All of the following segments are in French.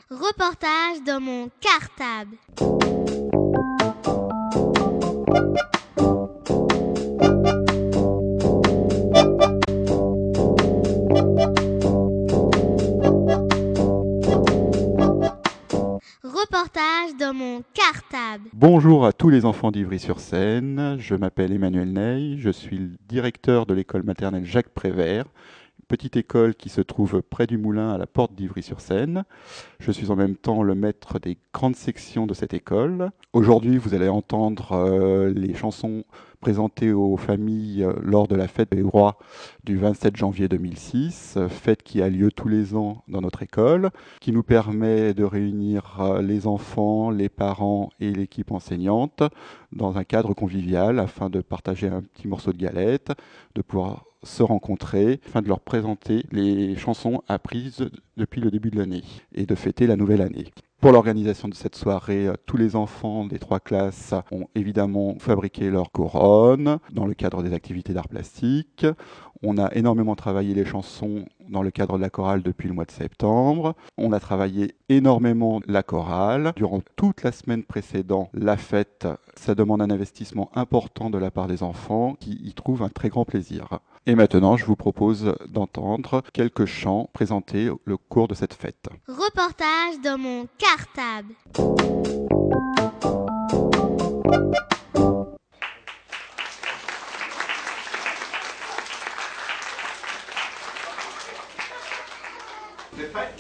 Reportage dans mon cartable. Reportage dans mon cartable. Bonjour à tous les enfants d'Ivry-sur-Seine, je m'appelle Emmanuel Ney, je suis le directeur de l'école maternelle Jacques Prévert, une petite école qui se trouve près du moulin à la porte d'Ivry-sur-Seine. Je suis en même temps le maître des grandes sections de cette école. Aujourd'hui, vous allez entendre les chansons présentées aux familles lors de la fête des rois du 27 janvier 2006, fête qui a lieu tous les ans dans notre école, qui nous permet de réunir les enfants, les parents et l'équipe enseignante dans un cadre convivial afin de partager un petit morceau de galette, de pouvoir se rencontrer, afin de leur présenter les chansons apprises depuis le début de l'année et de fêter la nouvelle année. Pour l'organisation de cette soirée, tous les enfants des 3 classes ont évidemment fabriqué leur couronne dans le cadre des activités d'art plastique. On a énormément travaillé les chansons dans le cadre de la chorale depuis le mois de septembre. On a travaillé énormément la chorale. Durant toute la semaine précédente, la fête, ça demande un investissement important de la part des enfants qui y trouvent un très grand plaisir. Et maintenant, je vous propose d'entendre quelques chants présentés au cours de cette fête. Reportage dans mon cartable. Vous êtes prêts ?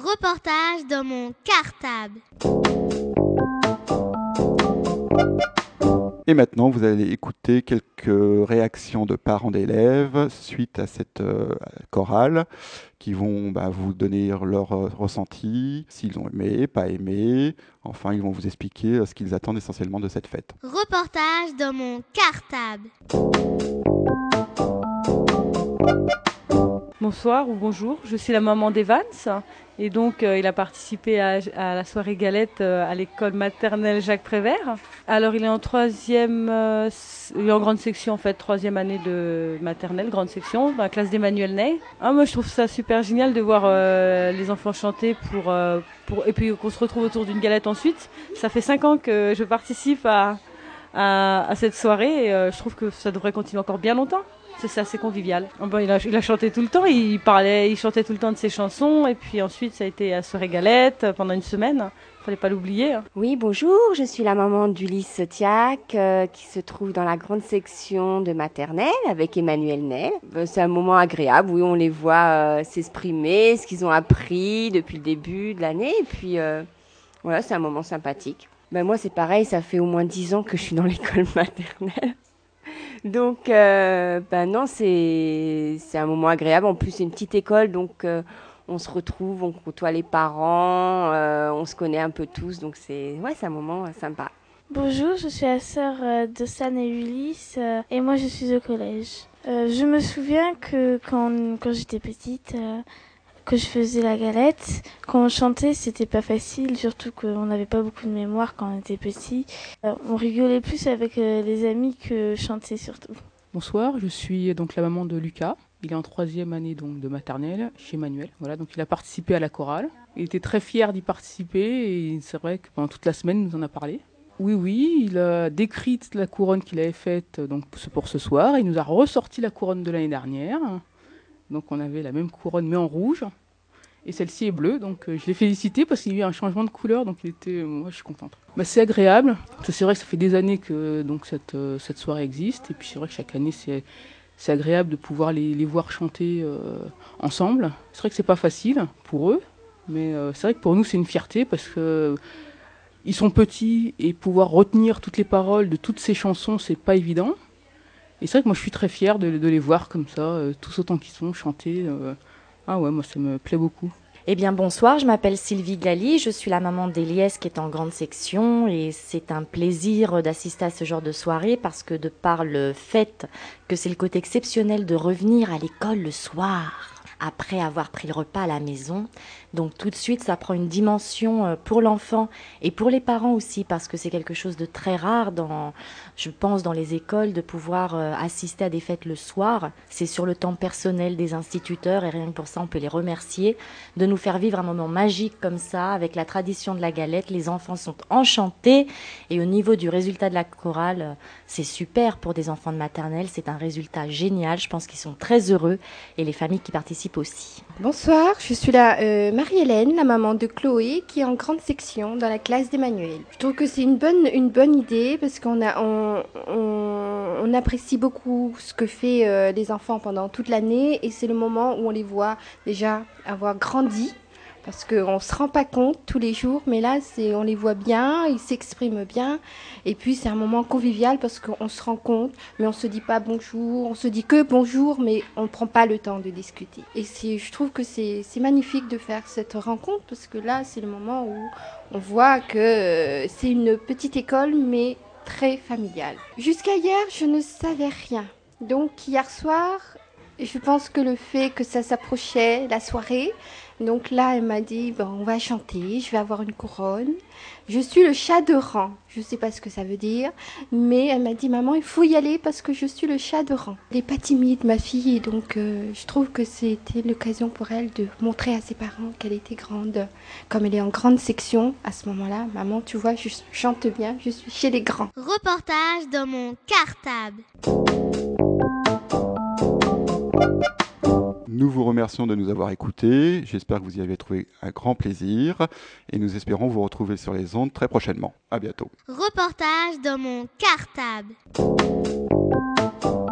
Reportage dans mon cartable. Et maintenant, vous allez écouter quelques réactions de parents d'élèves suite à cette chorale qui vont vous donner leur ressenti, s'ils ont aimé, pas aimé. Enfin, ils vont vous expliquer ce qu'ils attendent essentiellement de cette fête. Reportage dans mon cartable. Bonsoir ou bonjour, je suis la maman d'Evans et donc il a participé à la soirée galette à l'école maternelle Jacques Prévert. Alors il est en troisième, il est en grande section en fait, troisième année de maternelle, grande section, dans la classe d'Emmanuel Ney. Moi je trouve ça super génial de voir les enfants chanter et puis qu'on se retrouve autour d'une galette ensuite. Ça fait 5 ans que je participe à cette soirée et je trouve que ça devrait continuer encore bien longtemps. C'est assez convivial. Il a chanté tout le temps, il chantait tout le temps de ses chansons et puis ensuite ça a été à soirée galette pendant une semaine. Fallait pas l'oublier. Oui, bonjour, je suis la maman d'Ulysse Tiac qui se trouve dans la grande section de maternelle avec Emmanuel Ney. C'est un moment agréable, oui, on les voit s'exprimer, ce qu'ils ont appris depuis le début de l'année et puis voilà, c'est un moment sympathique. Moi c'est pareil, ça fait au moins 10 ans que je suis dans l'école maternelle. Donc, non, c'est un moment agréable. En plus, c'est une petite école, donc on se retrouve, on côtoie les parents, on se connaît un peu tous. Donc, c'est un moment sympa. Bonjour, je suis la sœur de San et Ulysse et moi, je suis au collège. Je me souviens que quand j'étais petite, que je faisais la galette, quand on chantait, c'était pas facile, surtout qu'on n'avait pas beaucoup de mémoire quand on était petit. On rigolait plus avec les amis que chanter surtout. Bonsoir, je suis donc la maman de Lucas. Il est en troisième année donc de maternelle chez Emmanuel. Voilà, donc il a participé à la chorale. Il était très fier d'y participer et c'est vrai que pendant toute la semaine, il nous en a parlé. Oui, il a décrit la couronne qu'il avait faite donc pour ce soir. Il nous a ressorti la couronne de l'année dernière. Donc on avait la même couronne mais en rouge. Et celle-ci est bleue, donc je l'ai félicité parce qu'il y a eu un changement de couleur, donc moi je suis contente. C'est agréable, parce que c'est vrai que ça fait des années que donc, cette soirée existe, et puis c'est vrai que chaque année c'est agréable de pouvoir les voir chanter ensemble. C'est vrai que c'est pas facile pour eux, mais c'est vrai que pour nous c'est une fierté parce que ils sont petits et pouvoir retenir toutes les paroles de toutes ces chansons, c'est pas évident. Et c'est vrai que moi je suis très fière de les voir comme ça, tous autant qu'ils sont, chanter. Moi ça me plaît beaucoup. Eh bien bonsoir, je m'appelle Sylvie Glali, je suis la maman d'Eliès qui est en grande section et c'est un plaisir d'assister à ce genre de soirée parce que de par le fait que c'est le côté exceptionnel de revenir à l'école le soir après avoir pris le repas à la maison. Donc tout de suite, ça prend une dimension pour l'enfant et pour les parents aussi, parce que c'est quelque chose de très rare, je pense, dans les écoles, de pouvoir assister à des fêtes le soir. C'est sur le temps personnel des instituteurs et rien que pour ça, on peut les remercier de nous faire vivre un moment magique comme ça, avec la tradition de la galette. Les enfants sont enchantés et au niveau du résultat de la chorale, c'est super pour des enfants de maternelle. C'est un résultat génial. Je pense qu'ils sont très heureux et les familles qui participent aussi. Bonsoir, je suis la Marie-Hélène, la maman de Chloé, qui est en grande section dans la classe d'Emmanuel. Je trouve que c'est une bonne idée parce qu'on apprécie beaucoup ce que fait les enfants pendant toute l'année et c'est le moment où on les voit déjà avoir grandi. Parce qu'on ne se rend pas compte tous les jours, mais là, on les voit bien, ils s'expriment bien. Et puis, c'est un moment convivial parce qu'on se rend compte, mais on ne se dit pas bonjour, on se dit que bonjour, mais on ne prend pas le temps de discuter. Et je trouve que c'est magnifique de faire cette rencontre parce que là, c'est le moment où on voit que c'est une petite école, mais très familiale. Jusqu'à hier, je ne savais rien. Donc, hier soir, je pense que le fait que ça s'approchait, la soirée, donc là, elle m'a dit, on va chanter, je vais avoir une couronne. Je suis le chat de rang. Je ne sais pas ce que ça veut dire, mais elle m'a dit, maman, il faut y aller parce que je suis le chat de rang. Elle n'est pas timide, ma fille, et donc je trouve que c'était l'occasion pour elle de montrer à ses parents qu'elle était grande. Comme elle est en grande section, à ce moment-là, maman, tu vois, je chante bien, je suis chez les grands. Reportage dans mon cartable. Nous vous remercions de nous avoir écoutés. J'espère que vous y avez trouvé un grand plaisir et nous espérons vous retrouver sur les ondes très prochainement. À bientôt. Reportage dans mon cartable.